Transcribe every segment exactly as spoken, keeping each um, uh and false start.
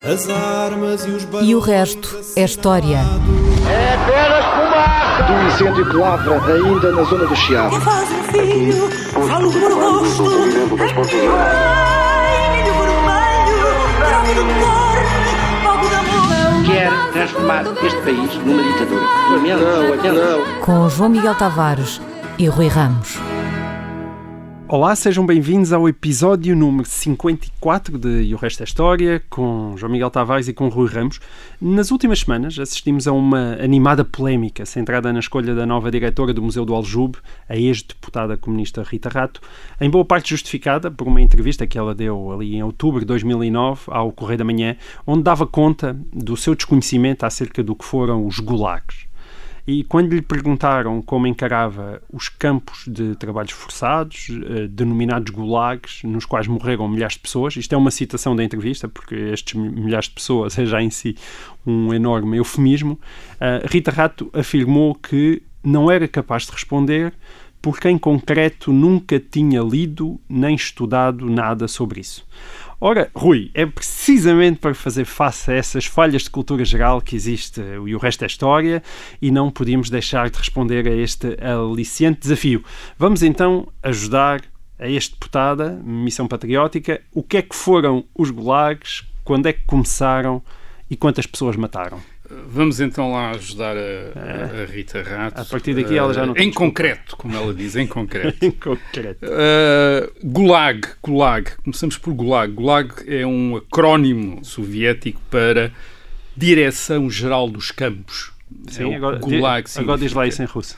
As armas e os E o resto é história. É apenas fumaça! Do incêndio que lavra ainda na zona do Chiado. Que faz um filho, falo por gosto. Ai, milho vermelho, grave do cor, fogo de amor. Quer transformar este país numa ditadura. Não, não. Com João Miguel Tavares e Rui Ramos. Olá, sejam bem-vindos ao episódio número cinquenta e quatro de E o Resto é História, com João Miguel Tavares e com Rui Ramos. Nas últimas semanas assistimos a uma animada polémica centrada na escolha da nova diretora do Museu do Aljube, a ex-deputada comunista Rita Rato, em boa parte justificada por uma entrevista que ela deu ali em outubro de dois mil e nove ao Correio da Manhã, onde dava conta do seu desconhecimento acerca do que foram os gulags. E quando lhe perguntaram como encarava os campos de trabalhos forçados, eh, denominados gulags, nos quais morreram milhares de pessoas, isto é uma citação da entrevista, porque estes milhares de pessoas é já em si um enorme eufemismo, eh, Rita Rato afirmou que não era capaz de responder porque em concreto nunca tinha lido nem estudado nada sobre isso. Ora, Rui, é precisamente para fazer face a essas falhas de cultura geral que existe e o resto é história e não podíamos deixar de responder a este aliciante desafio. Vamos então ajudar a ex-deputada, missão patriótica, o que é que foram os gulags, quando é que começaram e quantas pessoas mataram? Vamos então lá ajudar a, a Rita Rato. A partir daqui ela já não tem Em concreto, como ela diz, em concreto. Em concreto. Uh, Gulag, Gulag. Começamos por Gulag. Gulag é um acrónimo soviético para Direção-Geral dos Campos. Sim, é agora, Gulag di, agora diz lá isso em russo.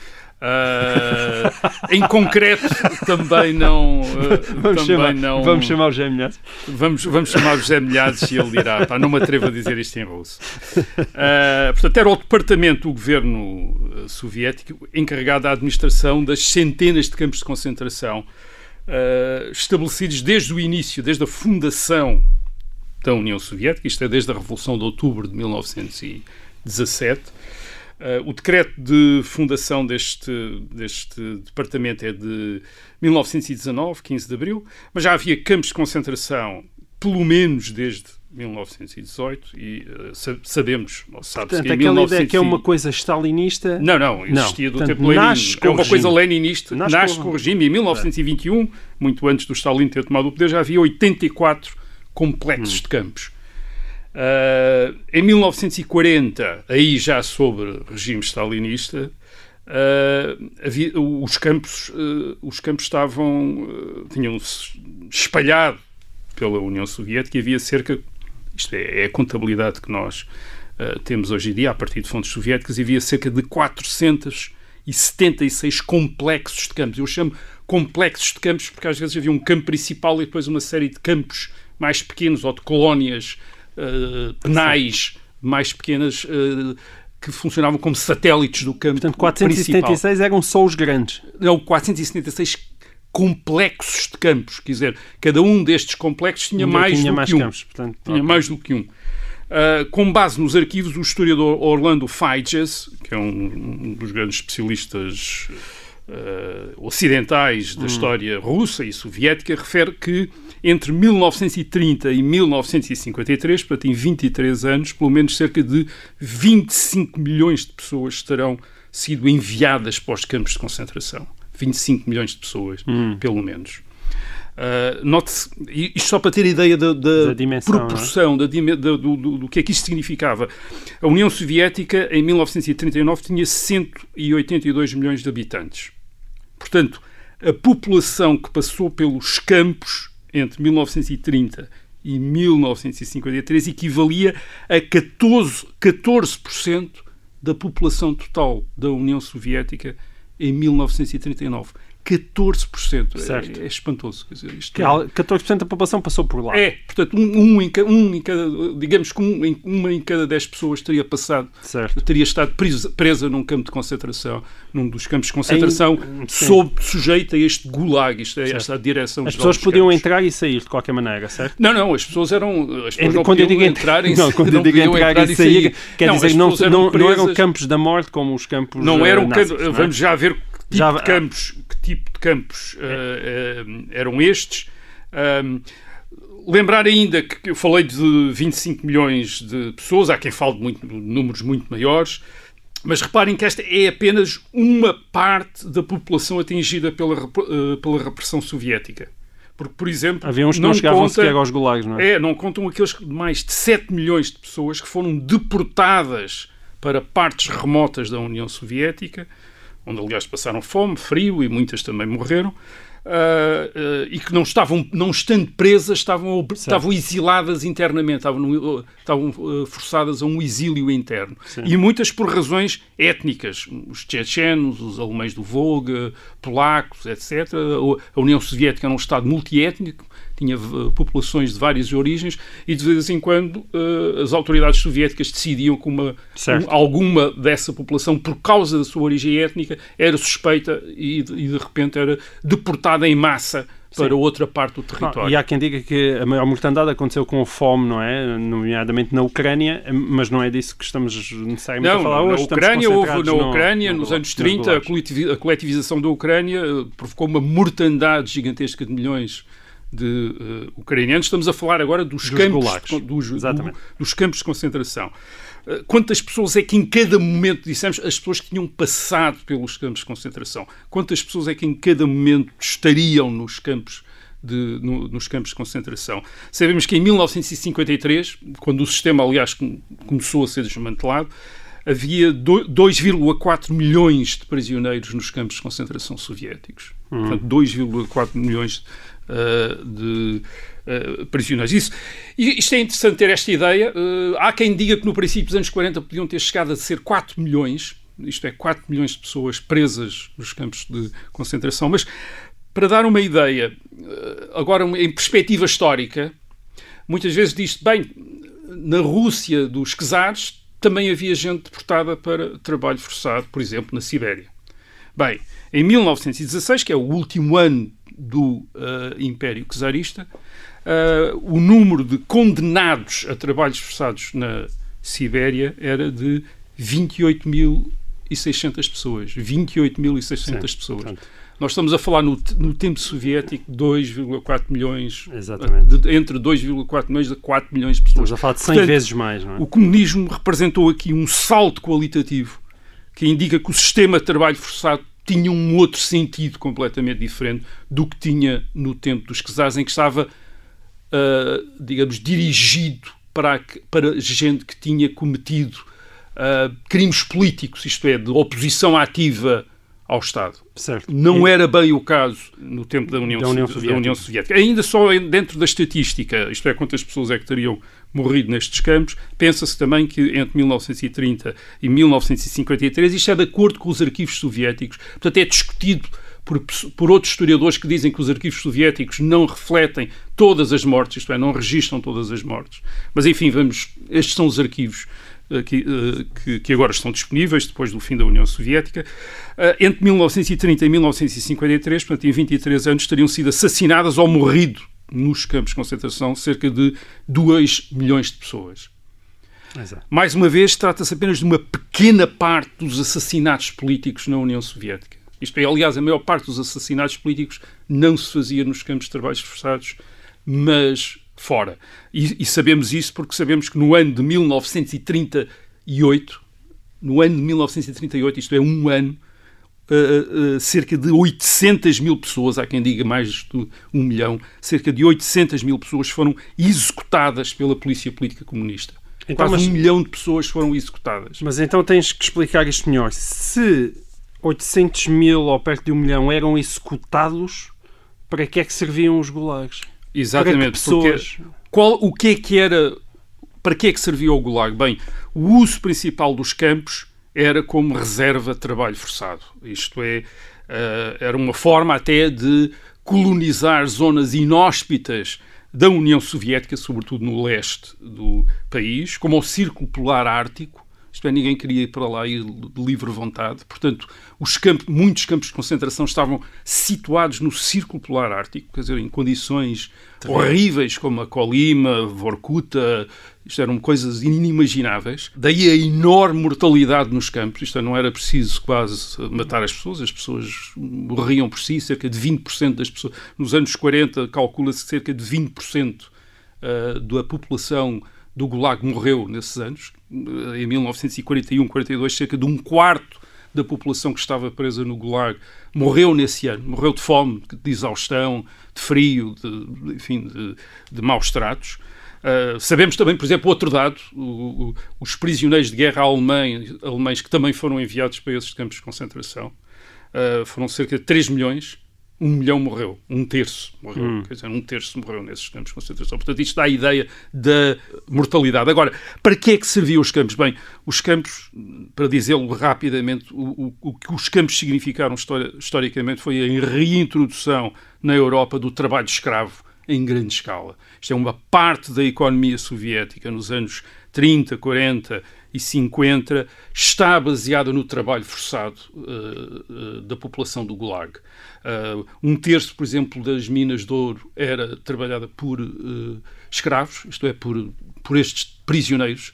Uh, em concreto também não, uh, vamos, também chamar, não vamos chamar o José Milhazes vamos, vamos chamar o José Milhazes e ele dirá, pá, não me atrevo a dizer isto em russo. Uh, portanto era o departamento do governo soviético encarregado da administração das centenas de campos de concentração uh, estabelecidos desde o início, desde a fundação da União Soviética, isto é desde a Revolução de Outubro de mil novecentos e dezassete. Uh, o decreto de fundação deste, deste departamento é de mil novecentos e dezanove, quinze de abril, mas já havia campos de concentração pelo menos desde mil novecentos e dezoito e uh, sabemos, sabe-se que em mil e novecentos... ideia que é uma coisa stalinista... Não, não, existia não. do Portanto, tempo leninista. É uma regime. coisa leninista, nasce, nasce com o regime. Em mil novecentos e vinte e um, é. muito antes do Stalin ter tomado o poder, já havia oitenta e quatro complexos hum. de campos. Uh, em mil novecentos e quarenta, aí já sobre regime stalinista, uh, havia, os, campos, uh, os campos estavam, uh, tinham-se espalhado pela União Soviética e havia cerca, isto é, é a contabilidade que nós uh, temos hoje em dia, a partir de fontes soviéticas, havia cerca de quatrocentos e setenta e seis complexos de campos. Eu chamo complexos de campos porque às vezes havia um campo principal e depois uma série de campos mais pequenos ou de colónias Uh, penais mais pequenas uh, que funcionavam como satélites do campo. Portanto, quatrocentos e setenta e seis principal. Eram só os grandes. Não, quatrocentos e setenta e seis complexos de campos. Quer dizer, cada um destes complexos tinha Ainda mais tinha do mais que um. Campos, portanto, tinha okay. mais do que um. Uh, com base nos arquivos, o historiador Orlando Figes, que é um, um dos grandes especialistas uh, ocidentais da hum. história russa e soviética, refere que entre mil novecentos e trinta e mil novecentos e cinquenta e três, portanto em vinte e três anos, pelo menos cerca de vinte e cinco milhões de pessoas terão sido enviadas para os campos de concentração. vinte e cinco milhões de pessoas, hum. pelo menos. Uh, note-se, isto só para ter ideia da, da, da dimensão, proporção, da, da, do, do, do que é que isto significava. A União Soviética, em mil novecentos e trinta e nove, tinha cento e oitenta e dois milhões de habitantes. Portanto, a população que passou pelos campos entre mil novecentos e trinta e mil novecentos e cinquenta e três equivalia a catorze por cento da população total da União Soviética em mil novecentos e trinta e nove. catorze por cento. É, é espantoso. Quer dizer, isto que é... catorze por cento da população passou por lá. É, portanto, um, um, em, um em cada, digamos que um, em, uma em cada dez pessoas teria passado, certo. teria estado presa, presa num campo de concentração, num dos campos de concentração, em, sob, sujeita a este gulag, isto é, esta direção. As pessoas podiam campos. entrar e sair de qualquer maneira, certo? Não, não, as pessoas eram. As pessoas não quando podiam eu entrar em Não, quando eu digo entrar, entrar e sair, sair quer não, dizer que não, eram não, não eram campos da morte como os campos. Não eram, nazis, can... não é? Vamos já ver que tipo já... de campos. Que tipo de campos uh, uh, eram estes? Um, lembrar ainda que eu falei de vinte e cinco milhões de pessoas, há quem fale de muito, números muito maiores, mas reparem que esta é apenas uma parte da população atingida pela, pela repressão soviética. Porque, por exemplo, havia uns que não, não chegavam sequer aos gulags, não é? É, não contam aqueles mais de sete milhões de pessoas que foram deportadas para partes remotas da União Soviética, onde, aliás, passaram fome, frio e muitas também morreram. Uh, uh, e que não estavam, não estando presas, estavam, estavam exiladas internamente, estavam, no, estavam uh, forçadas a um exílio interno. Sim. E muitas por razões étnicas, os chechenos, os alemães do Volga, polacos, etcétera. A União Soviética era um Estado multiétnico, tinha uh, populações de várias origens e de vez em quando uh, as autoridades soviéticas decidiam que uma, um, alguma dessa população, por causa da sua origem étnica, era suspeita e, e de repente era deportada em massa para Sim. outra parte do território. Não, e há quem diga que a maior mortandade aconteceu com a fome, não é? Nomeadamente na Ucrânia, mas não é disso que estamos necessariamente não, a falar na hoje. Ucrânia, houve, na Ucrânia, no, nos no, anos trinta, a coletivização da Ucrânia provocou uma mortandade gigantesca de milhões de uh, ucranianos. Estamos a falar agora dos, dos campos, de, dos, do, dos campos de concentração. Uh, quantas pessoas é que em cada momento, dissemos, as pessoas que tinham passado pelos campos de concentração, quantas pessoas é que em cada momento estariam nos campos de, no, nos campos de concentração? Sabemos que em mil novecentos e cinquenta e três, quando o sistema, aliás, começou a ser desmantelado, havia dois vírgula quatro milhões de prisioneiros nos campos de concentração soviéticos. Hum. Portanto, dois vírgula quatro milhões uh, de uh, prisioneiros. Isso, isto é interessante ter esta ideia. Uh, há quem diga que no princípio dos anos quarenta podiam ter chegado a ser quatro milhões, isto é, quatro milhões de pessoas presas nos campos de concentração. Mas, para dar uma ideia, uh, agora em perspectiva histórica, muitas vezes diz-se, bem, na Rússia dos czares também havia gente deportada para trabalho forçado, por exemplo, na Sibéria. Bem, em mil novecentos e dezasseis, que é o último ano do uh, Império Czarista, uh, o número de condenados a trabalhos forçados na Sibéria era de vinte e oito mil e seiscentas pessoas. vinte e oito mil e seiscentas pessoas. Portanto, nós estamos a falar no, no tempo soviético de dois vírgula quatro milhões, de, entre dois vírgula quatro milhões a quatro milhões de pessoas. Estamos a falar de cem Portanto, vezes mais, não é? O comunismo representou aqui um salto qualitativo que indica que o sistema de trabalho forçado tinha um outro sentido completamente diferente do que tinha no tempo dos czares, em que estava, uh, digamos, dirigido para, para gente que tinha cometido uh, crimes políticos, isto é, de oposição ativa ao Estado. Certo. Não e... era bem o caso no tempo da União, da União, da Soviética. União Soviética. Ainda só dentro da estatística, isto é, quantas pessoas é que teriam morrido nestes campos, pensa-se também que entre mil novecentos e trinta e mil novecentos e cinquenta e três, isto é de acordo com os arquivos soviéticos, portanto é discutido por, por outros historiadores que dizem que os arquivos soviéticos não refletem todas as mortes, isto é, não registram todas as mortes. Mas enfim, vamos, estes são os arquivos Que, que, que agora estão disponíveis depois do fim da União Soviética. Entre mil novecentos e trinta e mil novecentos e cinquenta e três, portanto, em vinte e três anos, teriam sido assassinadas ou morrido nos campos de concentração cerca de dois milhões de pessoas. Exato. Mais uma vez, trata-se apenas de uma pequena parte dos assassinatos políticos na União Soviética. Isto é, aliás, a maior parte dos assassinatos políticos não se fazia nos campos de trabalhos forçados, mas fora. E, e sabemos isso porque sabemos que no ano de mil novecentos e trinta e oito, no ano de mil novecentos e trinta e oito, isto é, um ano, uh, uh, cerca de oitocentas mil pessoas, há quem diga mais de um milhão, cerca de oitocentas mil pessoas foram executadas pela polícia política comunista. Então, Quase mas, um milhão de pessoas foram executadas. Mas então tens que explicar isto melhor. Se oitocentos mil ou perto de um milhão eram executados, para que é que serviam os gulags? Exatamente, pessoas... porque qual, o que é que era, para que é que servia o gulag? Bem, o uso principal dos campos era como reserva de trabalho forçado. Isto é, uh, era uma forma até de colonizar zonas inóspitas da União Soviética, sobretudo no leste do país, como o Círculo Polar Ártico. Isto é, ninguém queria ir para lá ir de livre vontade. Portanto, os campos, muitos campos de concentração estavam situados no Círculo Polar Ártico, quer dizer, em condições Também. horríveis, como a Kolyma, Vorkuta. Isto eram coisas inimagináveis. Daí a enorme mortalidade nos campos. Isto não era preciso quase matar as pessoas. As pessoas morriam por si, cerca de vinte por cento das pessoas. Nos anos quarenta, calcula-se que cerca de vinte por cento uh, da população do Gulag morreu nesses anos. Em mil novecentos e quarenta e um, quarenta e dois, cerca de um quarto da população que estava presa no Gulag morreu nesse ano. Morreu de fome, de exaustão, de frio, de, enfim, de, de maus tratos. Uh, sabemos também, por exemplo, outro dado, o, o, os prisioneiros de guerra alemães, alemães que também foram enviados para esses campos de concentração, uh, foram cerca de três milhões, um milhão morreu, um terço morreu, hum. quer dizer, um terço morreu nesses campos de concentração. Portanto, isto dá a ideia da mortalidade. Agora, para que é que serviam os campos? Bem, os campos, para dizê-lo rapidamente, o, o, o que os campos significaram histori- historicamente foi a reintrodução na Europa do trabalho escravo em grande escala. Isto é uma parte da economia soviética nos anos trinta, quarenta e cinquenta, está baseada no trabalho forçado uh, uh, da população do Gulag. Uh, um terço, por exemplo, das minas de ouro era trabalhada por uh, escravos, isto é, por, por estes prisioneiros.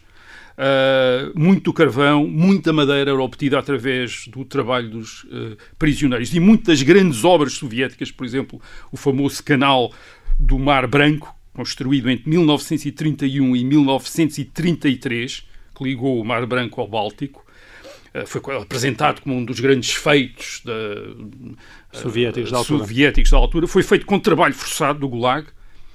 Uh, muito carvão, muita madeira era obtida através do trabalho dos uh, prisioneiros. E muitas grandes obras soviéticas, por exemplo, o famoso canal do Mar Branco, construído entre mil novecentos e trinta e um e mil novecentos e trinta e três, que ligou o Mar Branco ao Báltico, foi apresentado como um dos grandes feitos da, soviéticos, uh, da altura. soviéticos da altura. Foi feito com trabalho forçado do Gulag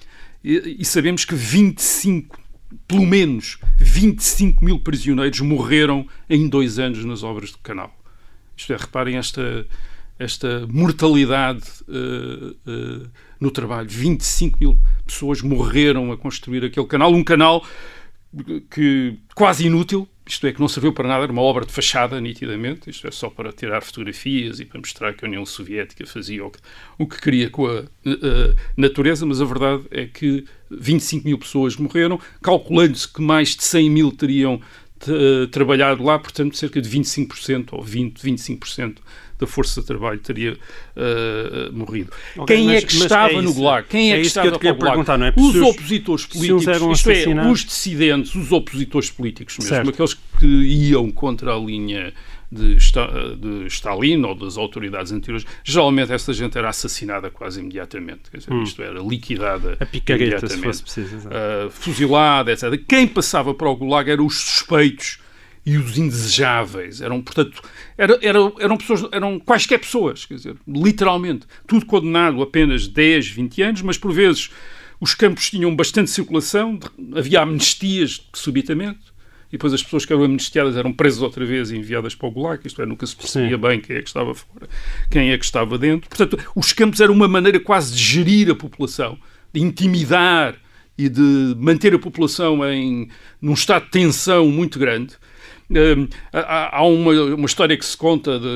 e, e sabemos que vinte e cinco, pelo menos vinte e cinco mil prisioneiros morreram em dois anos nas obras do canal. Isto é, reparem esta... esta mortalidade uh, uh, no trabalho. vinte e cinco mil pessoas morreram a construir aquele canal. Um canal que quase inútil, isto é, que não serviu para nada, era uma obra de fachada, nitidamente, isto é, só para tirar fotografias e para mostrar que a União Soviética fazia o que, o que queria com a, a, a natureza, mas a verdade é que vinte e cinco mil pessoas morreram, calculando-se que mais de cem mil teriam t- trabalhado lá, portanto, cerca de vinte e cinco por cento ou vinte, vinte e cinco por cento da força de trabalho teria uh, morrido. Okay, Quem mas, é que estava é no Gulag? Quem é, é que estava que eu no Gulag? Não é? Os os, opositores políticos, isto é, os dissidentes, os opositores políticos mesmo, certo. Aqueles que iam contra a linha de, de Stalin ou das autoridades anteriores, geralmente essa gente era assassinada quase imediatamente. Quer dizer, hum. Isto era liquidada a picareta, se fosse preciso. Uh, fuzilada, etcétera. Quem passava para o Gulag eram os suspeitos e os indesejáveis. Eram, portanto, era, era, eram, pessoas, eram quaisquer pessoas, quer dizer, literalmente. Tudo condenado a apenas dez, vinte anos, mas por vezes os campos tinham bastante circulação, havia amnistias subitamente, e depois as pessoas que eram amnistiadas eram presas outra vez e enviadas para o Gulag, isto é, nunca se percebia Sim. bem quem é que estava fora, quem é que estava dentro. Portanto, os campos eram uma maneira quase de gerir a população, de intimidar e de manter a população em, num estado de tensão muito grande. Uh, há há uma, uma história que se conta de,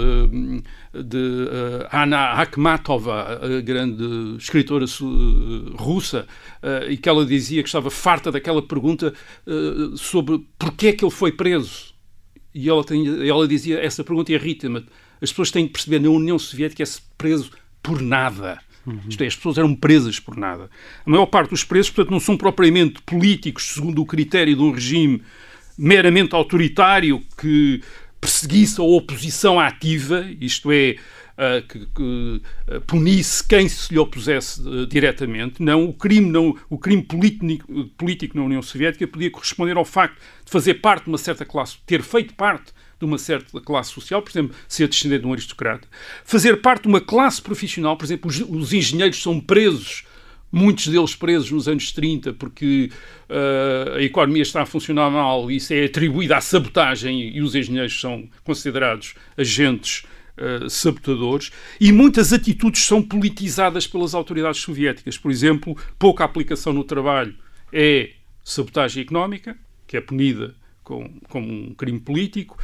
uh, de uh, Anna Akhmatova, a grande escritora uh, russa, uh, e que ela dizia que estava farta daquela pergunta uh, sobre porquê é que ele foi preso. E ela, tem, ela dizia, essa pergunta irrita-me. As pessoas têm que perceber, na União Soviética é-se preso por nada. Uhum. Isto é, as pessoas eram presas por nada. A maior parte dos presos, portanto, não são propriamente políticos, segundo o critério de um regime meramente autoritário que perseguisse a oposição ativa, isto é, uh, que, que uh, punisse quem se lhe opusesse uh, diretamente. Não, o crime, não, o crime político, político na União Soviética podia corresponder ao facto de fazer parte de uma certa classe, ter feito parte de uma certa classe social, por exemplo, ser descendente de um aristocrata, fazer parte de uma classe profissional, por exemplo, os, os engenheiros são presos, muitos deles presos nos anos trinta, porque uh, a economia está a funcionar mal e isso é atribuído à sabotagem e os engenheiros são considerados agentes uh, sabotadores. E muitas atitudes são politizadas pelas autoridades soviéticas. Por exemplo, pouca aplicação no trabalho é sabotagem económica, que é punida como com um crime político,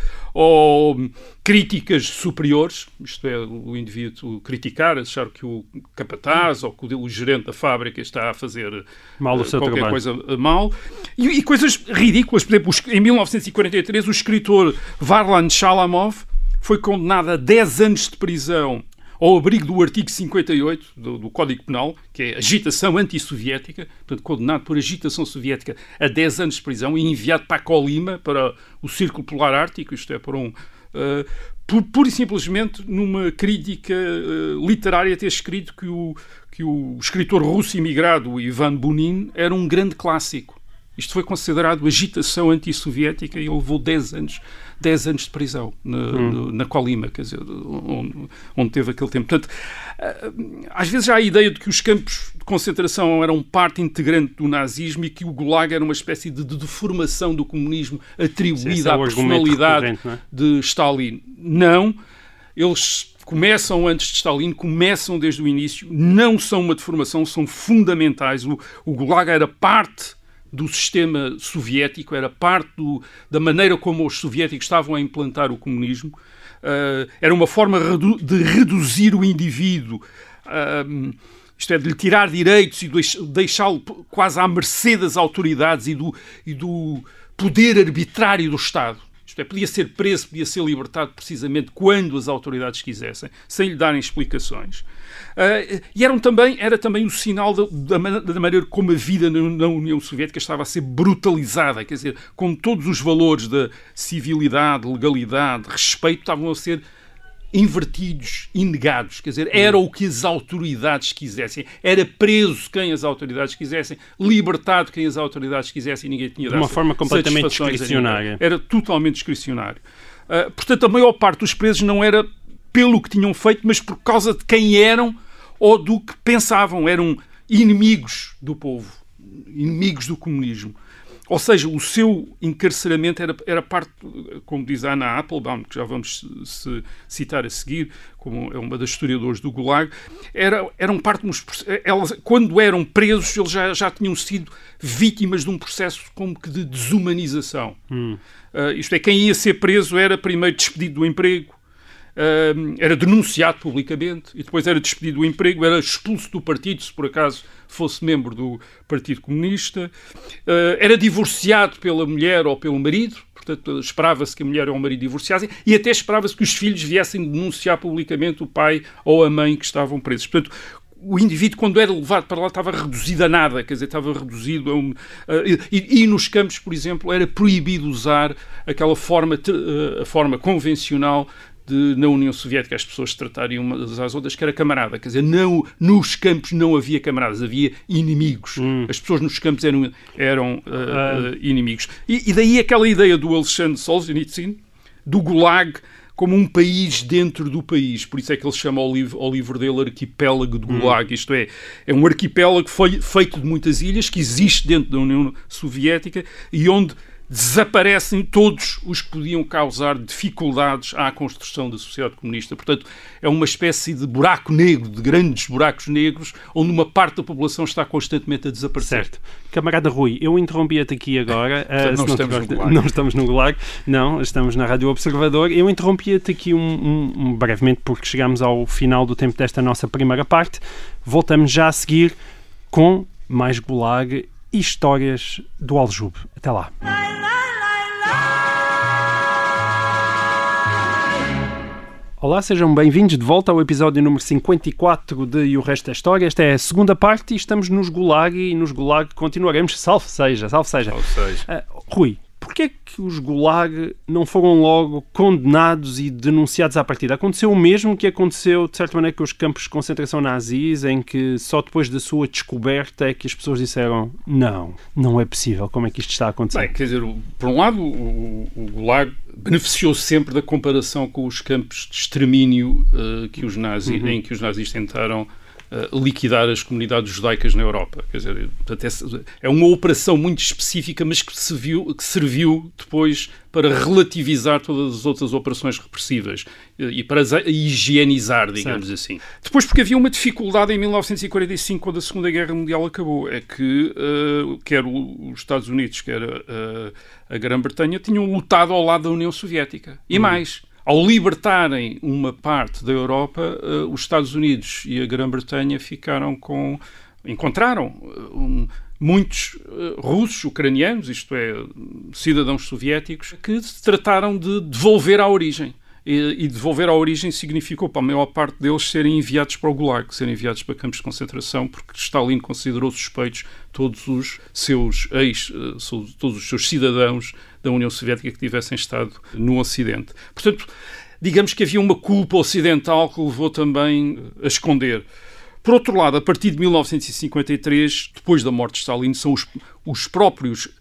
ou críticas superiores, isto é, o indivíduo criticar, achar que o capataz ou que o gerente da fábrica está a fazer mal o seu qualquer trabalho. coisa mal, e, e coisas ridículas. Por exemplo, em mil novecentos e quarenta e três, o escritor Varlam Shalamov foi condenado a dez anos de prisão ao abrigo do artigo cinquenta e oito do, do Código Penal, que é agitação antissoviética, portanto, condenado por agitação soviética a dez anos de prisão e enviado para a Colima, para o Círculo Polar Ártico, isto é, para um, uh, por, pura e simplesmente numa crítica uh, literária, ter escrito que o, que o escritor russo imigrado Ivan Bunin era um grande clássico. Isto foi considerado agitação antissoviética e ele levou dez anos, dez anos de prisão na, hum. na Colima, quer dizer, onde, onde teve aquele tempo. Portanto, às vezes há a ideia de que os campos de concentração eram parte integrante do nazismo e que o Gulag era uma espécie de, de deformação do comunismo atribuída à personalidade não é? de Stalin. Não, eles começam antes de Stalin, começam desde o início, não são uma deformação, são fundamentais. O, o Gulag era parte do sistema soviético, era parte do, da maneira como os soviéticos estavam a implantar o comunismo. Uh, era uma forma redu- de reduzir o indivíduo, uh, isto é, de lhe tirar direitos e de deixá-lo quase à mercê das autoridades e do, e do poder arbitrário do Estado. Isto é, podia ser preso, podia ser libertado precisamente quando as autoridades quisessem, sem lhe darem explicações. Uh, e eram também, era também o sinal da, da, da maneira como a vida na, na União Soviética estava a ser brutalizada, quer dizer, como todos os valores da civilidade, legalidade, respeito estavam a ser invertidos e negados, quer dizer, era o que as autoridades quisessem, era preso quem as autoridades quisessem, libertado quem as autoridades quisessem e ninguém tinha dado de uma forma completamente discricionária. Era totalmente discricionário. Uh, portanto, a maior parte dos presos não era pelo que tinham feito, mas por causa de quem eram ou do que pensavam. Eram inimigos do povo, inimigos do comunismo. Ou seja, o seu encarceramento era, era parte, como diz a Anna Applebaum, que já vamos se, citar a seguir, como é uma das historiadoras do Gulag, era, eram parte de uns, elas, quando eram presos, eles já, já tinham sido vítimas de um processo como que de desumanização. Hum. Uh, isto é, quem ia ser preso era primeiro despedido do emprego, Uh, era denunciado publicamente e depois era despedido do emprego, era expulso do partido se por acaso fosse membro do Partido Comunista, uh, era divorciado pela mulher ou pelo marido, portanto esperava-se que a mulher ou o marido divorciassem e até esperava-se que os filhos viessem denunciar publicamente o pai ou a mãe que estavam presos. Portanto, o indivíduo, quando era levado para lá, estava reduzido a nada, quer dizer, estava reduzido a um... Uh, e, e nos campos, por exemplo, era proibido usar aquela forma, uh, a forma convencional de, na União Soviética, as pessoas se tratarem umas às outras, que era camarada. Quer dizer, não, nos campos não havia camaradas, havia inimigos. Hum. As pessoas nos campos eram, eram uh, uh, inimigos. E, e daí aquela ideia do Alexandre Solzhenitsyn, do Gulag, como um país dentro do país. Por isso é que ele chama ao livro, ao livro dele Arquipélago de Gulag. Hum. Isto é, é um arquipélago foi feito de muitas ilhas, que existe dentro da União Soviética e onde desaparecem todos os que podiam causar dificuldades à construção da sociedade comunista. Portanto, é uma espécie de buraco negro, de grandes buracos negros, onde uma parte da população está constantemente a desaparecer. Certo. Camarada Rui, eu interrompia-te aqui agora. Portanto, uh, não, estamos no Gulag. não estamos no Gulag. Não, estamos na Rádio Observador. Eu interrompia-te aqui um, um, um, brevemente, porque chegamos ao final do tempo desta nossa primeira parte. Voltamos já a seguir com mais Gulag e histórias do Aljube. Até lá. Olá, sejam bem-vindos de volta ao episódio número cinquenta e quatro de E o Resto da História. Esta é a segunda parte e estamos nos Gulag e nos Gulag continuaremos, salve seja, salve seja. Salve seja. Uh, Rui, porquê é que os Gulag não foram logo condenados e denunciados à partida? Aconteceu o mesmo que aconteceu, de certa maneira, com os campos de concentração nazis, em que só depois da sua descoberta é que as pessoas disseram não, não é possível, como é que isto está a acontecer? Bem, quer dizer, por um lado, o, o Gulag beneficiou sempre da comparação com os campos de extermínio uh, que os nazis, uhum. em que os nazis tentaram Uh, liquidar as comunidades judaicas na Europa. Quer dizer, é uma operação muito específica, mas que serviu, que serviu depois para relativizar todas as outras operações repressivas e para higienizar, digamos certo. assim. Depois, porque havia uma dificuldade em mil novecentos e quarenta e cinco, quando a Segunda Guerra Mundial acabou, é que uh, quer os Estados Unidos, quer uh, a Grã-Bretanha, tinham lutado ao lado da União Soviética. E hum. mais, ao libertarem uma parte da Europa, uh, os Estados Unidos e a Grã-Bretanha ficaram com... encontraram um, muitos uh, russos, ucranianos, isto é, cidadãos soviéticos, que se trataram de devolver à origem. E, e devolver à origem significou para a maior parte deles serem enviados para o Gulag, serem enviados para campos de concentração, porque Stalin considerou suspeitos todos os seus ex, uh, todos os seus cidadãos da União Soviética que tivessem estado no Ocidente. Portanto, digamos que havia uma culpa ocidental que levou também a esconder. Por outro lado, a partir de mil novecentos e cinquenta e três, depois da morte de Stalin, são os, os próprios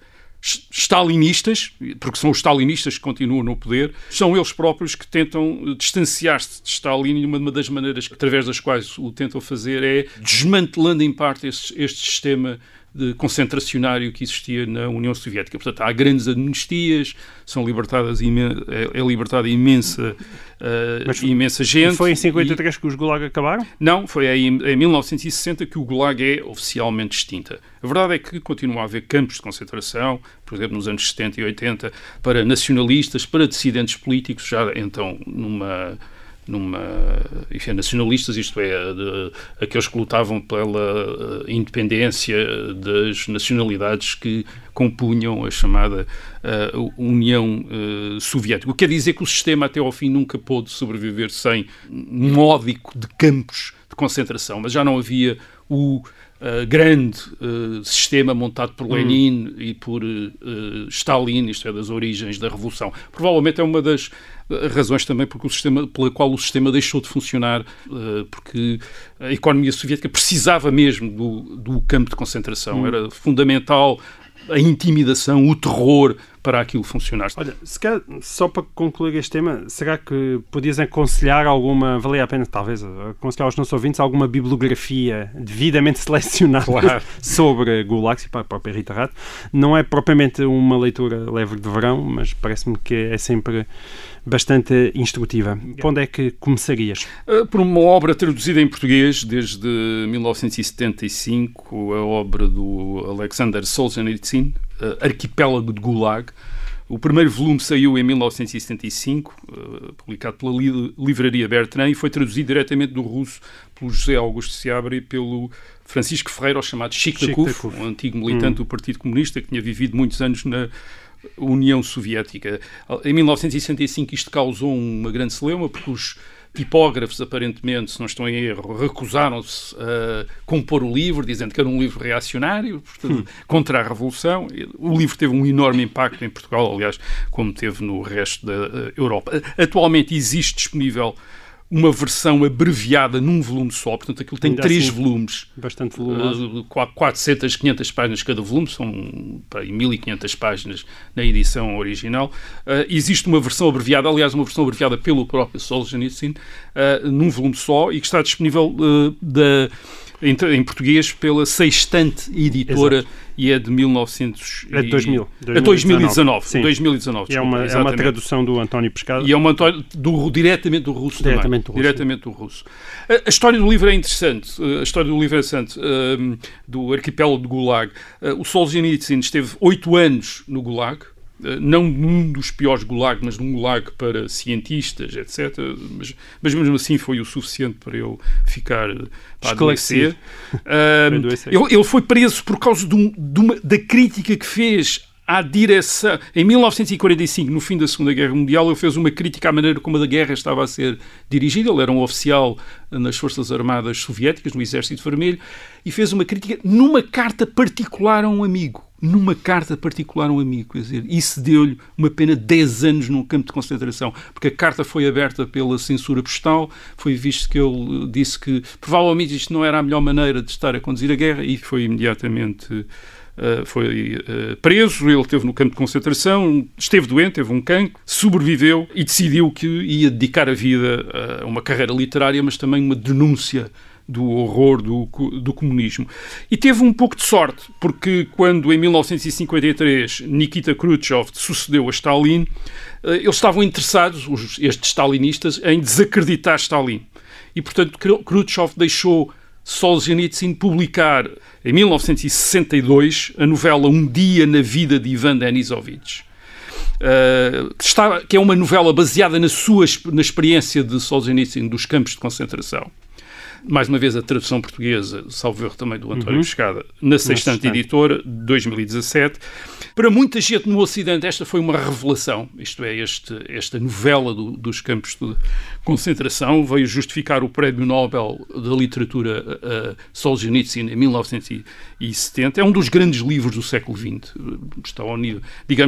stalinistas, porque são os stalinistas que continuam no poder, são eles próprios que tentam distanciar-se de Stalin, e uma das maneiras através das quais o tentam fazer é desmantelando em parte este, este sistema de concentracionário que existia na União Soviética. Portanto, há grandes amnistias, são libertadas imen- é, é libertada imensa, uh, Mas imensa gente. Foi em cinquenta e três e... que os Gulag acabaram? Não, foi em, em mil novecentos e sessenta que o Gulag é oficialmente extinta. A verdade é que continua a haver campos de concentração, por exemplo, nos anos setenta e oitenta, para nacionalistas, para dissidentes políticos, já então numa... numa, enfim, nacionalistas, isto é, de, aqueles que lutavam pela uh, independência das nacionalidades que compunham a chamada uh, União uh, Soviética. O que quer dizer que o sistema até ao fim nunca pôde sobreviver sem um módico de campos de concentração, mas já não havia o Uh, grande uh, sistema montado por Lenin hum. e por uh, Stalin, isto é, das origens da Revolução. Provavelmente é uma das uh, razões também porque o sistema, pela qual o sistema deixou de funcionar, uh, porque a economia soviética precisava mesmo do, do campo de concentração. Hum. Era fundamental a intimidação, o terror para aquilo funcionar. Olha, se calhar, só para concluir este tema, será que podias aconselhar alguma, valia a pena talvez aconselhar aos nossos ouvintes alguma bibliografia devidamente selecionada claro. sobre Gulag, para a própria Rita Rato? Não é propriamente uma leitura leve de verão, mas parece-me que é sempre bastante instrutiva. Por onde é que começarias? Por uma obra traduzida em português desde mil novecentos e setenta e cinco, a obra do Alexander Solzhenitsyn, Arquipélago de Gulag. O primeiro volume saiu em mil novecentos e setenta e cinco, uh, publicado pela li- Livraria Bertrand, e foi traduzido diretamente do russo pelo José Augusto Seabra e pelo Francisco Ferreira, o chamado Chico da Kuf, um antigo militante hum. do Partido Comunista que tinha vivido muitos anos na União Soviética. Em mil novecentos e sessenta e cinco isto causou uma grande celeuma, porque os tipógrafos, aparentemente, se não estão em erro, recusaram-se a compor o livro, dizendo que era um livro reacionário, portanto, hum. contra a Revolução. O livro teve um enorme impacto em Portugal, aliás, como teve no resto da Europa. Atualmente existe disponível uma versão abreviada num volume só, portanto aquilo tem Ainda três assim, volumes. Bastante volumoso. Uh, quatrocentas, quinhentas páginas cada volume, são para aí, mil e quinhentas páginas na edição original. Uh, existe uma versão abreviada, aliás, uma versão abreviada pelo próprio Solzhenitsyn, uh, num volume só, e que está disponível uh, da... Em, em português pela Sextante Editora. Exato. E é de mil e novecentos É de dois mil. É dois mil e dezanove. Sim. dois mil e dezanove, e é, uma, é uma tradução do António Pescado. E é uma do, diretamente do russo diretamente também. Do russo, diretamente do russo. A, a história do livro é interessante. A história do livro é interessante. Um, do arquipélago de Gulag. Uh, o Solzhenitsyn esteve oito anos no Gulag. Não num dos piores Gulag, mas num Gulag para cientistas, etcétera. Mas, mas mesmo assim foi o suficiente para ele ficar para adoecer. Uh, ele, ele foi preso por causa de, um, de uma, da crítica que fez à direção. Em mil novecentos e quarenta e cinco, no fim da Segunda Guerra Mundial, ele fez uma crítica à maneira como a guerra estava a ser dirigida. Ele era um oficial nas Forças Armadas Soviéticas, no Exército Vermelho, e fez uma crítica numa carta particular a um amigo. Numa carta particular a um amigo, quer dizer, isso deu-lhe uma pena de dez anos num campo de concentração, porque a carta foi aberta pela censura postal, foi visto que ele disse que provavelmente isto não era a melhor maneira de estar a conduzir a guerra, e foi imediatamente uh, foi, uh, preso. Ele esteve no campo de concentração, esteve doente, teve um cancro, sobreviveu e decidiu que ia dedicar a vida a uma carreira literária, mas também uma denúncia do horror do, do comunismo. E teve um pouco de sorte, porque quando em mil novecentos e cinquenta e três Nikita Khrushchev sucedeu a Stalin, eles estavam interessados, os, estes stalinistas, em desacreditar Stalin. E, portanto, Khrushchev deixou Solzhenitsyn publicar, em mil novecentos e sessenta e dois, a novela Um Dia na Vida de Ivan Denisovich. Uh, que, está, que é uma novela baseada na sua na experiência de Solzhenitsyn dos campos de concentração. Mais uma vez a tradução portuguesa, salvo erro também do António uhum. Pescada, na Sextante Editora, de dois mil e dezassete. Para muita gente no Ocidente esta foi uma revelação, isto é, este, esta novela do, dos campos de concentração veio justificar o Prémio Nobel da Literatura a, a Solzhenitsyn em mil novecentos e setenta. É um dos grandes livros do século vinte. Está ao nível, digamos,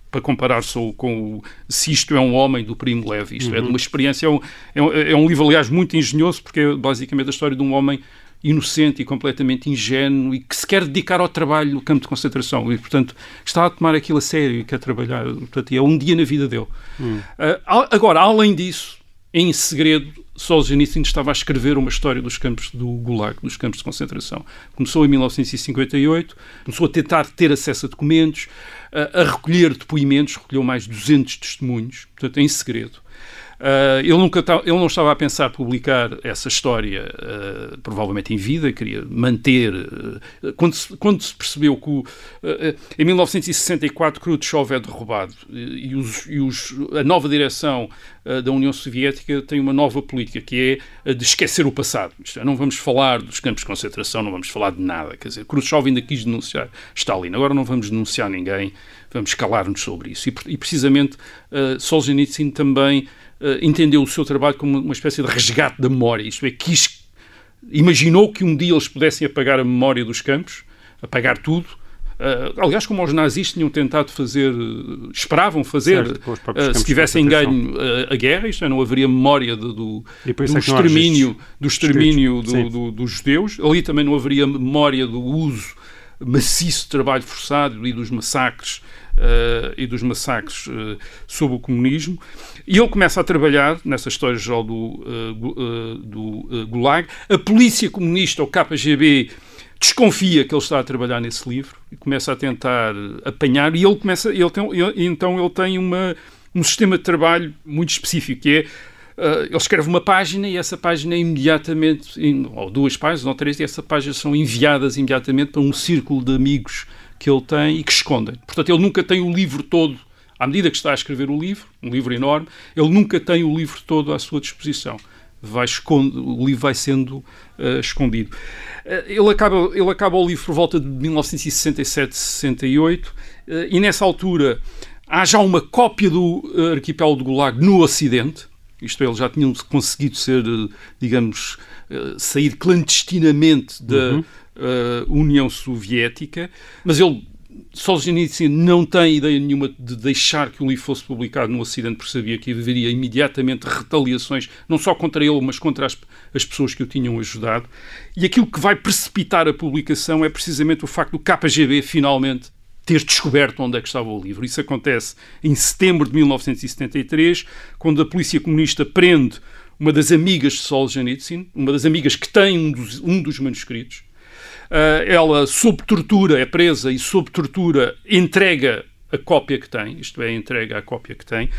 para comparar-se com o Se Isto é um Homem, do Primo Levi. Isto uhum. é de uma experiência, é um, é, um, é um livro, aliás, muito engenhoso, porque é basicamente a história de um homem inocente e completamente ingênuo e que se quer dedicar ao trabalho no campo de concentração e, portanto, está a tomar aquilo a sério e quer trabalhar. Portanto, é um dia na vida dele. Uhum. Uh, agora, além disso, em segredo, Solzhenitsyn estava a escrever uma história dos campos do Gulag, dos campos de concentração. Começou em mil novecentos e cinquenta e oito, começou a tentar ter acesso a documentos, a, a recolher depoimentos, recolheu mais de duzentos testemunhos, portanto, em segredo. Uh, ele, nunca ta- ele não estava a pensar publicar essa história, uh, provavelmente em vida, queria manter. Uh, quando, se, quando se percebeu que, o, uh, em mil novecentos e sessenta e quatro, Khrushchev é derrubado e, os, e os, a nova direção uh, da União Soviética tem uma nova política, que é a de esquecer o passado. Isto é, não vamos falar dos campos de concentração, não vamos falar de nada. Quer dizer, Khrushchev ainda quis denunciar Stalin, agora não vamos denunciar ninguém, vamos calar-nos sobre isso. E, e precisamente, uh, Solzhenitsyn também Uh, entendeu o seu trabalho como uma espécie de resgate da memória, isto é, quis, imaginou que um dia eles pudessem apagar a memória dos campos, apagar tudo. Uh, aliás, como os nazis tinham tentado fazer, uh, esperavam fazer, certo, uh, se tivessem ganho uh, a guerra, isto é, não haveria memória de, do, do extermínio, do extermínio do, do, dos judeus, ali também não haveria memória do uso maciço de trabalho forçado e dos massacres Uh, e dos massacres uh, sob o comunismo, e ele começa a trabalhar nessa história geral do, uh, uh, do uh, Gulag. A polícia comunista, o K G B, desconfia que ele está a trabalhar nesse livro e começa a tentar apanhar, e ele começa, ele tem, ele, então ele tem uma, um sistema de trabalho muito específico, que é, uh, ele escreve uma página e essa página é imediatamente, ou duas páginas, ou três, e essas páginas são enviadas imediatamente para um círculo de amigos que ele tem e que escondem. Portanto, ele nunca tem o livro todo, à medida que está a escrever o livro, um livro enorme, ele nunca tem o livro todo à sua disposição. Vai esconde, o livro vai sendo uh, escondido. Uh, ele, acaba, ele acaba o livro por volta de mil novecentos e sessenta e sete, sessenta e oito, uh, e nessa altura há já uma cópia do uh, arquipélago do Gulag no Ocidente, isto é, eles já tinham conseguido ser, uh, digamos, uh, sair clandestinamente da uhum. Uh, União Soviética, mas ele, Solzhenitsyn, não tem ideia nenhuma de deixar que o livro fosse publicado no Ocidente, porque sabia que haveria imediatamente retaliações, não só contra ele, mas contra as, as pessoas que o tinham ajudado. E aquilo que vai precipitar a publicação é precisamente o facto do K G B finalmente ter descoberto onde é que estava o livro. Isso acontece em setembro de mil novecentos e setenta e três, quando a polícia comunista prende uma das amigas de Solzhenitsyn, uma das amigas que tem um dos, um dos manuscritos. Uh, ela, sob tortura, é presa e, sob tortura, entrega a cópia que tem, isto é, entrega a cópia que tem,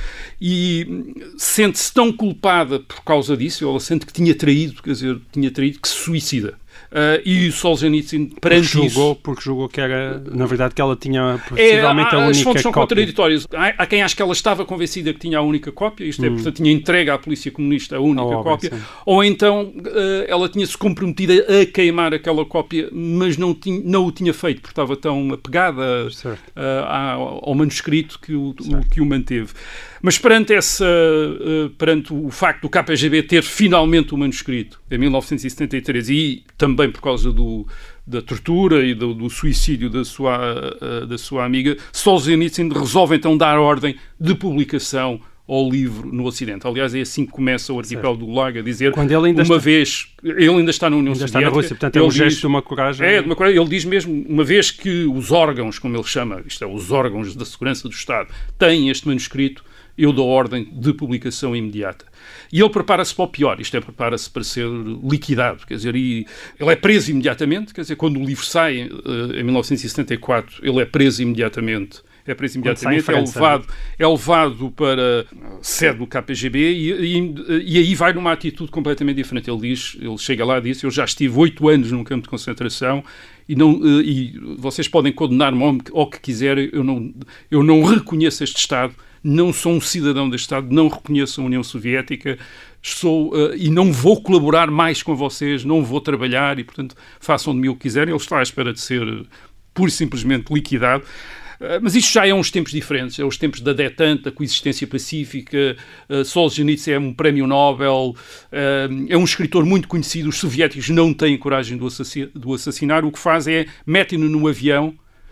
e sente-se tão culpada por causa disso, ela sente que tinha traído, quer dizer, tinha traído, que se suicida. Uh, e o Solzhenitsyn, perante porque julgou, isso... Porque julgou que era, na verdade, que ela tinha possivelmente é, há, a única cópia. As fontes são contraditórias. Há, há quem acha que ela estava convencida que tinha a única cópia, isto é, hum. portanto, tinha entregue à polícia comunista a única oh, cópia, bem, ou então uh, ela tinha-se comprometido a queimar aquela cópia, mas não, tinha, não o tinha feito, porque estava tão apegada uh, ao, ao manuscrito que o, o, que o manteve. Mas perante, essa, uh, perante o facto do K G B ter finalmente o manuscrito, em mil novecentos e setenta e três, e também por causa do, da tortura e do, do suicídio da sua, uh, da sua amiga, Solzhenitsyn resolve então dar ordem de publicação ao livro no Ocidente. Aliás, é assim que começa o arquipélago do Gulag, a dizer, Quando ele ainda uma está... vez, ele ainda está na União ainda Soviética. Está na Rússia, portanto é um gesto diz, de uma coragem. É, de uma coragem. Ele diz mesmo, uma vez que os órgãos, como ele chama, isto é, os órgãos da segurança do Estado, têm este manuscrito, eu dou ordem de publicação imediata. E ele prepara-se para o pior, isto é, prepara-se para ser liquidado, quer dizer, e ele é preso imediatamente, quer dizer, quando o livro sai, em mil novecentos e setenta e quatro, ele é preso imediatamente, é preso imediatamente, França, é, levado, é levado para a sede do K G B e, e, e aí vai numa atitude completamente diferente. Ele diz, ele chega lá e diz, eu já estive oito anos num campo de concentração e, não, e vocês podem condenar-me ao que quiserem, eu não, eu não reconheço este Estado, não sou um cidadão deste Estado, não reconheço a União Soviética, sou, uh, e não vou colaborar mais com vocês, não vou trabalhar e, portanto, façam de mim o que quiserem. Ele está à espera de ser uh, pura e simplesmente liquidado. Uh, mas isto já é uns tempos diferentes, é os tempos da détente, da coexistência pacífica. uh, Solzhenitsyn é um prémio Nobel, uh, é um escritor muito conhecido, os soviéticos não têm coragem de o assassinar, o que faz é, metem-no no avião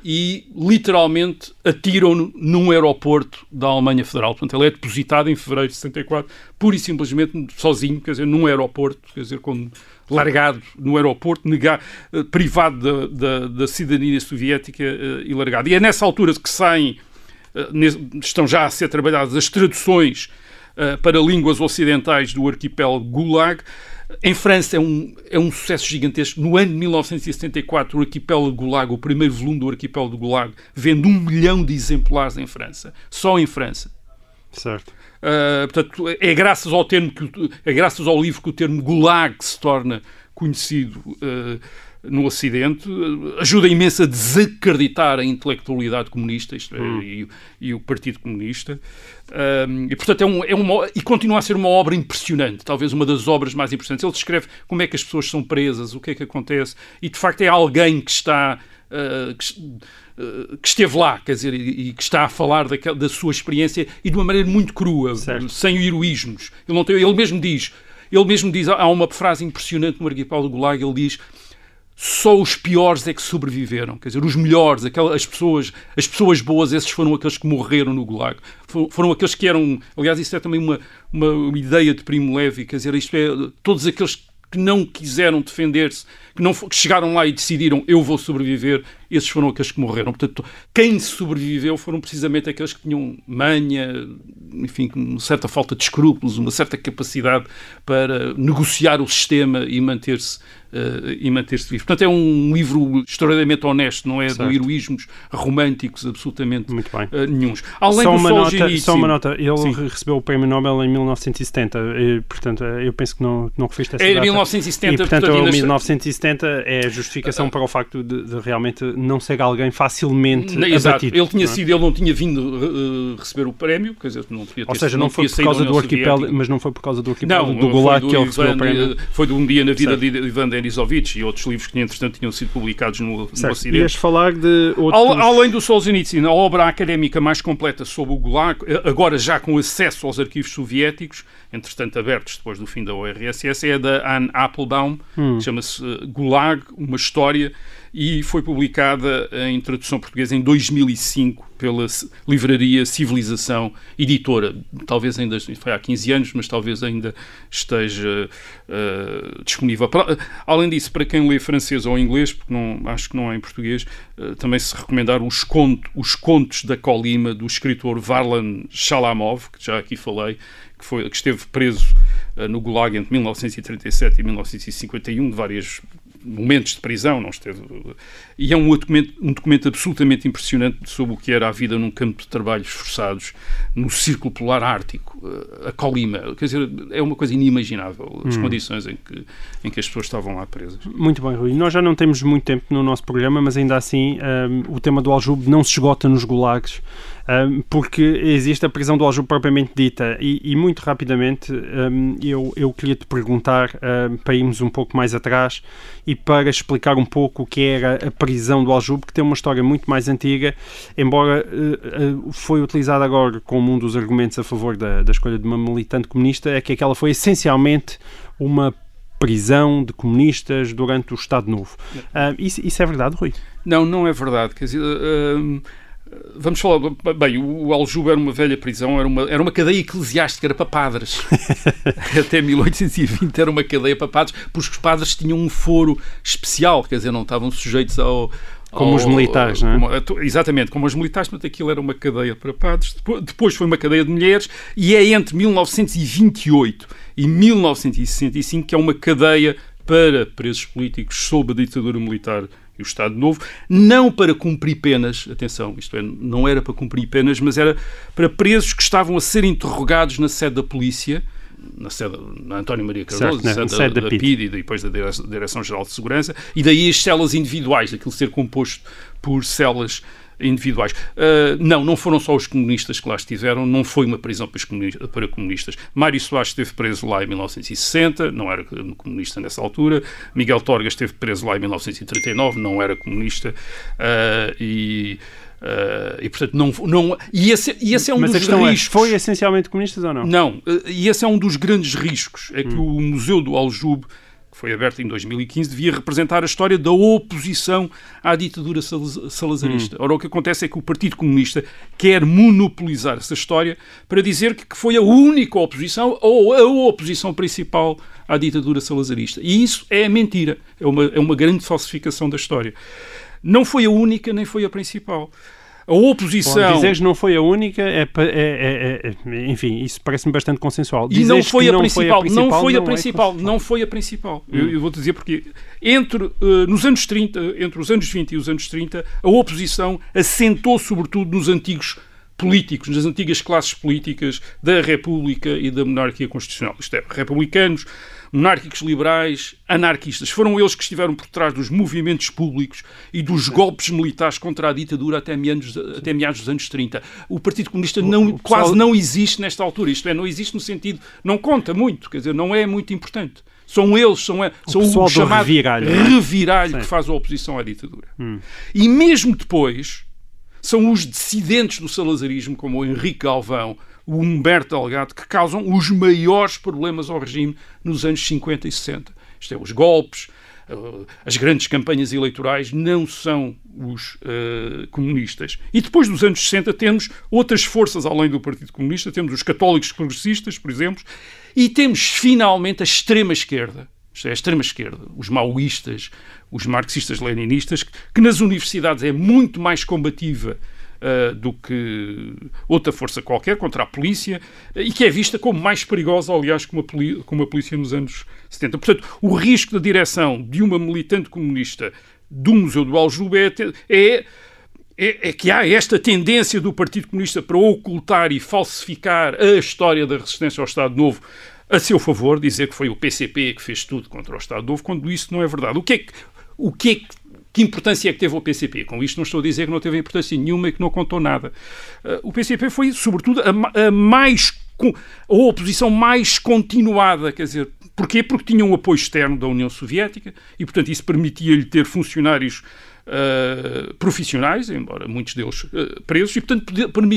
e literalmente atiram-no num aeroporto da Alemanha Federal. Portanto, ele é depositado em fevereiro de sessenta e quatro, pura e simplesmente sozinho, quer dizer, num aeroporto, quer dizer, com, largado no aeroporto, negar, uh, privado da, da, da cidadania soviética uh, e largado. E é nessa altura que saem, uh, nesse, estão já a ser trabalhadas as traduções uh, para línguas ocidentais do arquipélago Gulag. Em França é um, é um sucesso gigantesco. No ano de mil novecentos e setenta e quatro, o arquipélago Gulag, o primeiro volume do arquipélago Gulag, vende um milhão de exemplares em França. Só em França. Certo. Uh, portanto, é graças ao termo que, é graças ao livro que o termo Gulag se torna conhecido uh, no Ocidente. Uh, ajuda imenso a desacreditar a intelectualidade comunista, isto é, hum. e, e o Partido Comunista. Um, e, portanto, é, um, é uma, e continua a ser uma obra impressionante, talvez uma das obras mais impressionantes. Ele descreve como é que as pessoas são presas, o que é que acontece, e de facto é alguém que está uh, que, uh, que esteve lá, quer dizer, e, e que está a falar daquela, da sua experiência e de uma maneira muito crua, certo. Sem heroísmos. Ele, não tem, ele mesmo diz, ele mesmo diz, há uma frase impressionante no arquipélago Gulag, ele diz: só os piores é que sobreviveram, quer dizer, os melhores, aquelas, as, pessoas, as pessoas boas, esses foram aqueles que morreram no Gulag, foram, foram aqueles que eram, aliás, isso é também uma, uma, uma ideia de Primo Levi, quer dizer, isto é, todos aqueles que não quiseram defender-se, que, não, que chegaram lá e decidiram, eu vou sobreviver, esses foram aqueles que morreram. Portanto, quem sobreviveu foram precisamente aqueles que tinham manha, enfim, uma certa falta de escrúpulos, uma certa capacidade para negociar o sistema e manter-se uh, e manter-se vivo. Portanto, é um livro extraordinariamente honesto, não é certo. De heroísmos românticos absolutamente Muito bem. Uh, nenhuns. Além só, do uma nota, só uma nota, ele sim. recebeu o Prémio Nobel em mil novecentos e setenta, e, portanto, eu penso que não, não referiste essa é data. mil novecentos e setenta, e, portanto, portanto, mil novecentos e setenta é a justificação uh, para o facto de, de realmente não ser alguém facilmente não, exato. abatido. Ele tinha não é? sido, ele não tinha vindo uh, receber o prémio, quer dizer, não tinha Ou seja, não, não foi por causa do arquipélago, mas não foi por causa do arquipélago não, do Gulag do que ele Ivan, recebeu o prémio. Foi de Um Dia na Vida certo. de Ivan Denisovich e outros livros que, entretanto, tinham sido publicados no, no Ocidente. Ias falar de outros... Além do Solzhenitsyn, a obra académica mais completa sobre o Gulag, agora já com acesso aos arquivos soviéticos, entretanto abertos depois do fim da U R S S, é a da Anne Applebaum, hum. que chama-se Gulag, uma história, e foi publicada em tradução portuguesa em dois mil e cinco pela livraria Civilização Editora. Talvez ainda, foi há quinze anos, mas talvez ainda esteja uh, disponível. Para, além disso, para quem lê francês ou inglês, porque não, acho que não há em português, uh, também se recomendar os, conto, os Contos da Colima, do escritor Varlan Shalamov, que já aqui falei, que, foi, que esteve preso uh, no Gulag entre mil novecentos e trinta e sete e mil novecentos e cinquenta e um, de vários momentos de prisão, não esteve... E é um documento, um documento absolutamente impressionante sobre o que era a vida num campo de trabalhos forçados no Círculo Polar Ártico, a Colima. Quer dizer, é uma coisa inimaginável, as hum. condições em que, em que as pessoas estavam lá presas. Muito bem, Rui. Nós já não temos muito tempo no nosso programa, mas ainda assim um, o tema do aljube não se esgota nos gulags, um, porque existe a prisão do aljube propriamente dita. E, e muito rapidamente um, eu, eu queria te perguntar, um, para irmos um pouco mais atrás e para explicar um pouco o que era a prisão do aljube, que tem uma história muito mais antiga, embora uh, uh, foi utilizada agora como um dos argumentos a favor da, da escolha de uma militante comunista, é que aquela foi essencialmente uma prisão de comunistas durante o Estado Novo. Uh, isso, isso é verdade, Rui? Não, não é verdade. Quer dizer... Uh, Vamos falar, bem, o aljube era uma velha prisão, era uma, era uma cadeia eclesiástica, era para padres. Até mil oitocentos e vinte era uma cadeia para padres, porque os padres tinham um foro especial, quer dizer, não estavam sujeitos ao... Como ao, os militares, ao, não é? Como, exatamente, como os militares, portanto aquilo era uma cadeia para padres, depois, depois foi uma cadeia de mulheres, e é entre mil novecentos e vinte e oito e mil novecentos e sessenta e cinco que é uma cadeia para presos políticos sob a ditadura militar e o Estado Novo, não para cumprir penas, atenção, isto é, não era para cumprir penas, mas era para presos que estavam a ser interrogados na sede da polícia, na sede na António Maria Cardoso, certo, na sede da, da P I D e depois da Direção-Geral de Segurança, e daí as celas individuais, aquilo ser composto por celas individuais. Uh, não, não foram só os comunistas que lá estiveram, não foi uma prisão para, comunistas, para comunistas. Mário Soares esteve preso lá em mil novecentos e sessenta, não era comunista nessa altura. Miguel Torga esteve preso lá em mil novecentos e trinta e nove, não era comunista. Uh, e... Uh, e portanto não, não e esse, e esse é um Mas dos a riscos. É, foi essencialmente comunistas ou não? Não, uh, e esse é um dos grandes riscos, é que hum. o Museu do Aljube foi aberta em dois mil e quinze, devia representar a história da oposição à ditadura salazarista. Hum. Ora, o que acontece é que o Partido Comunista quer monopolizar essa história para dizer que foi a única oposição ou a oposição principal à ditadura salazarista. E isso é mentira. É uma, é uma grande falsificação da história. Não foi a única, nem foi a principal. A oposição... Bom, dizeres não foi a única, é, é, é, é, enfim, isso parece-me bastante consensual. E não foi, não, a principal, foi a principal, não foi a não principal, é não foi a principal. Hum. Eu, eu vou-te dizer porque entre, uh, nos anos trinta, entre os anos vinte e os anos trinta, a oposição assentou sobretudo nos antigos políticos, nas antigas classes políticas da República e da monarquia constitucional. Isto é, republicanos, monárquicos liberais, anarquistas. Foram eles que estiveram por trás dos movimentos públicos e dos golpes militares contra a ditadura até meados, até meados dos anos trinta. O Partido Comunista não, o quase não existe nesta altura. Isto é, não existe no sentido... Não conta muito, quer dizer, não é muito importante. São eles, são, o são o, o chamado reviralho, reviralho que faz a oposição à ditadura. Hum. E mesmo depois, são os dissidentes do salazarismo, como o Henrique Galvão, o Humberto Delgado, que causam os maiores problemas ao regime nos anos cinquenta e sessenta. Isto é, os golpes, as grandes campanhas eleitorais não são os uh, comunistas. E depois dos anos sessenta temos outras forças além do Partido Comunista, temos os católicos progressistas, por exemplo, e temos finalmente a extrema-esquerda. Isto é, a extrema-esquerda, os maoístas, os marxistas-leninistas, que, que nas universidades é muito mais combativa Uh, do que outra força qualquer contra a polícia uh, e que é vista como mais perigosa, aliás, como a, como a polícia nos anos setenta. Portanto, o risco da direção de uma militante comunista do Museu do Aljube é, é, é, é que há esta tendência do Partido Comunista para ocultar e falsificar a história da resistência ao Estado Novo a seu favor, dizer que foi o P C P que fez tudo contra o Estado Novo, quando isso não é verdade. O que é que, o que, é que Que importância é que teve o P C P? Com isto não estou a dizer que não teve importância nenhuma e que não contou nada. Uh, o P C P foi, sobretudo, a, a, mais, a oposição mais continuada. Quer dizer, porquê? Porque tinha um apoio externo da União Soviética e, portanto, isso permitia-lhe ter funcionários uh, profissionais, embora muitos deles uh, presos, e, portanto,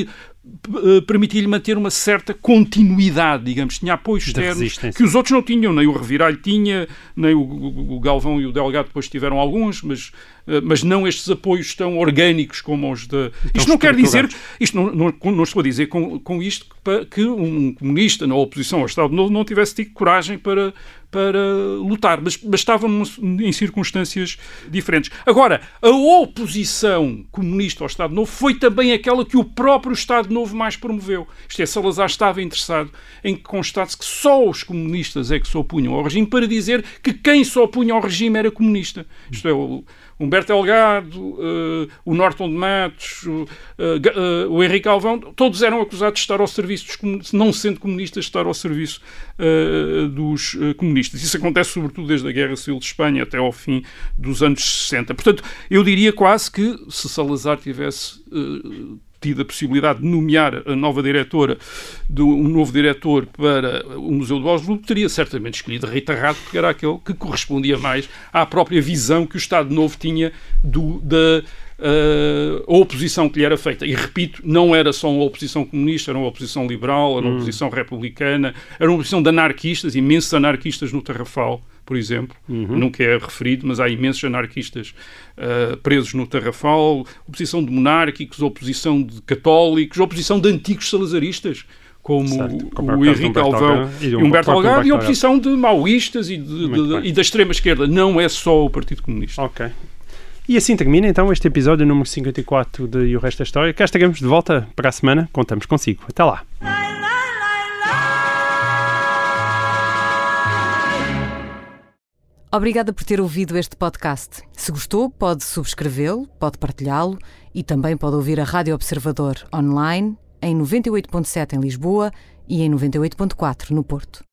uh, permitia-lhe manter uma certa continuidade, digamos. Tinha apoios externos que os outros não tinham. Nem o Reviralho tinha, nem o, o, o Galvão e o Delgado depois tiveram alguns, mas... mas não estes apoios tão orgânicos como os da... Isto não quer dizer... Isto não, não, não estou a dizer com, com isto que, que um comunista na oposição ao Estado Novo não tivesse tido coragem para, para lutar, mas, mas estavam em circunstâncias diferentes. Agora, a oposição comunista ao Estado Novo foi também aquela que o próprio Estado Novo mais promoveu. Isto é, Salazar estava interessado em que constate-se que só os comunistas é que se opunham ao regime, para dizer que quem se opunha ao regime era comunista. Isto é, o Humberto Delgado, uh, o Norton de Matos, uh, uh, o Henrique Galvão, todos eram acusados de estar ao serviço dos comunistas, não sendo comunistas, de estar ao serviço uh, dos uh, comunistas. Isso acontece sobretudo desde a Guerra Civil de Espanha até ao fim dos anos sessenta. Portanto, eu diria quase que se Salazar tivesse... Uh, tido a possibilidade de nomear a nova diretora, do, um novo diretor para o Museu do Aljube, teria certamente escolhido Rita Rado, porque era aquele que correspondia mais à própria visão que o Estado Novo tinha do, da uh, oposição que lhe era feita. E, repito, não era só uma oposição comunista, era uma oposição liberal, era uma hum. oposição republicana, era uma oposição de anarquistas, imensos anarquistas no Tarrafal, por exemplo, uhum. nunca é referido, mas há imensos anarquistas uh, presos no Tarrafal, oposição de monárquicos, oposição de católicos, oposição de antigos salazaristas, como certo, o, o Henrique Galvão e o Humberto Delgado, e a oposição de maoístas e, de, de, e da extrema-esquerda. Não é só o Partido Comunista. Ok. E assim termina então este episódio número cinquenta e quatro de E o Resto da História. Cá estaremos de volta para a semana. Contamos consigo. Até lá. Obrigada por ter ouvido este podcast. Se gostou, pode subscrevê-lo, pode partilhá-lo e também pode ouvir a Rádio Observador online em noventa e oito ponto sete em Lisboa e em noventa e oito ponto quatro no Porto.